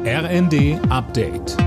RND Update.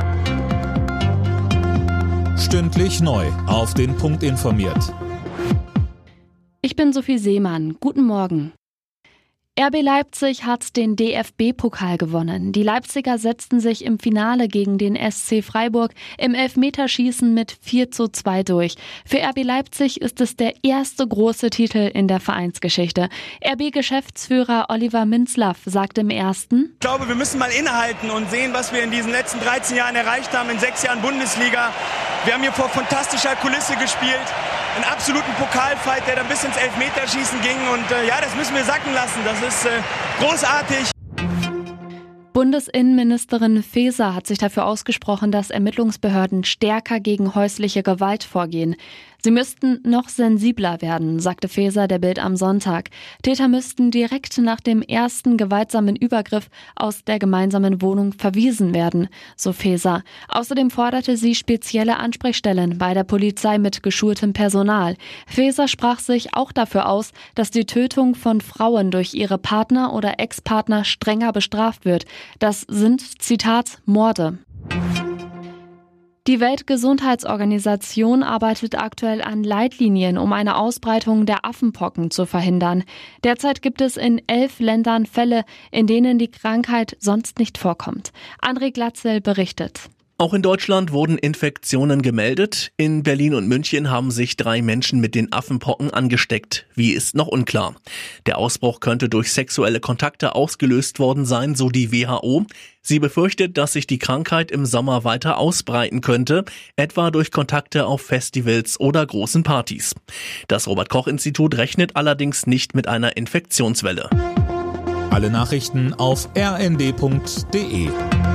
Stündlich neu auf den Punkt informiert. Ich bin Sophie Seemann. Guten Morgen. RB Leipzig hat den DFB-Pokal gewonnen. Die Leipziger setzten sich im Finale gegen den SC Freiburg im Elfmeterschießen mit 4:2 durch. Für RB Leipzig ist es der erste große Titel in der Vereinsgeschichte. RB-Geschäftsführer Oliver Minzlaff sagte im ersten: Ich glaube, wir müssen mal innehalten und sehen, was wir in diesen letzten 13 Jahren erreicht haben, in 6 Jahren Bundesliga. Wir haben hier vor fantastischer Kulisse gespielt. Einen absoluten Pokalfight, der dann bis ins Elfmeterschießen ging. Und das müssen wir sacken lassen. Das ist großartig. Bundesinnenministerin Faeser hat sich dafür ausgesprochen, dass Ermittlungsbehörden stärker gegen häusliche Gewalt vorgehen. Sie müssten noch sensibler werden, sagte Faeser der Bild am Sonntag. Täter müssten direkt nach dem ersten gewaltsamen Übergriff aus der gemeinsamen Wohnung verwiesen werden, so Faeser. Außerdem forderte sie spezielle Ansprechstellen bei der Polizei mit geschultem Personal. Faeser sprach sich auch dafür aus, dass die Tötung von Frauen durch ihre Partner oder Ex-Partner strenger bestraft wird. Das sind, Zitat, Morde. Die Weltgesundheitsorganisation arbeitet aktuell an Leitlinien, um eine Ausbreitung der Affenpocken zu verhindern. Derzeit gibt es in 11 Ländern Fälle, in denen die Krankheit sonst nicht vorkommt. André Glatzel berichtet. Auch in Deutschland wurden Infektionen gemeldet. In Berlin und München haben sich 3 Menschen mit den Affenpocken angesteckt. Wie ist noch unklar. Der Ausbruch könnte durch sexuelle Kontakte ausgelöst worden sein, so die WHO. Sie befürchtet, dass sich die Krankheit im Sommer weiter ausbreiten könnte, etwa durch Kontakte auf Festivals oder großen Partys. Das Robert-Koch-Institut rechnet allerdings nicht mit einer Infektionswelle. Alle Nachrichten auf rnd.de.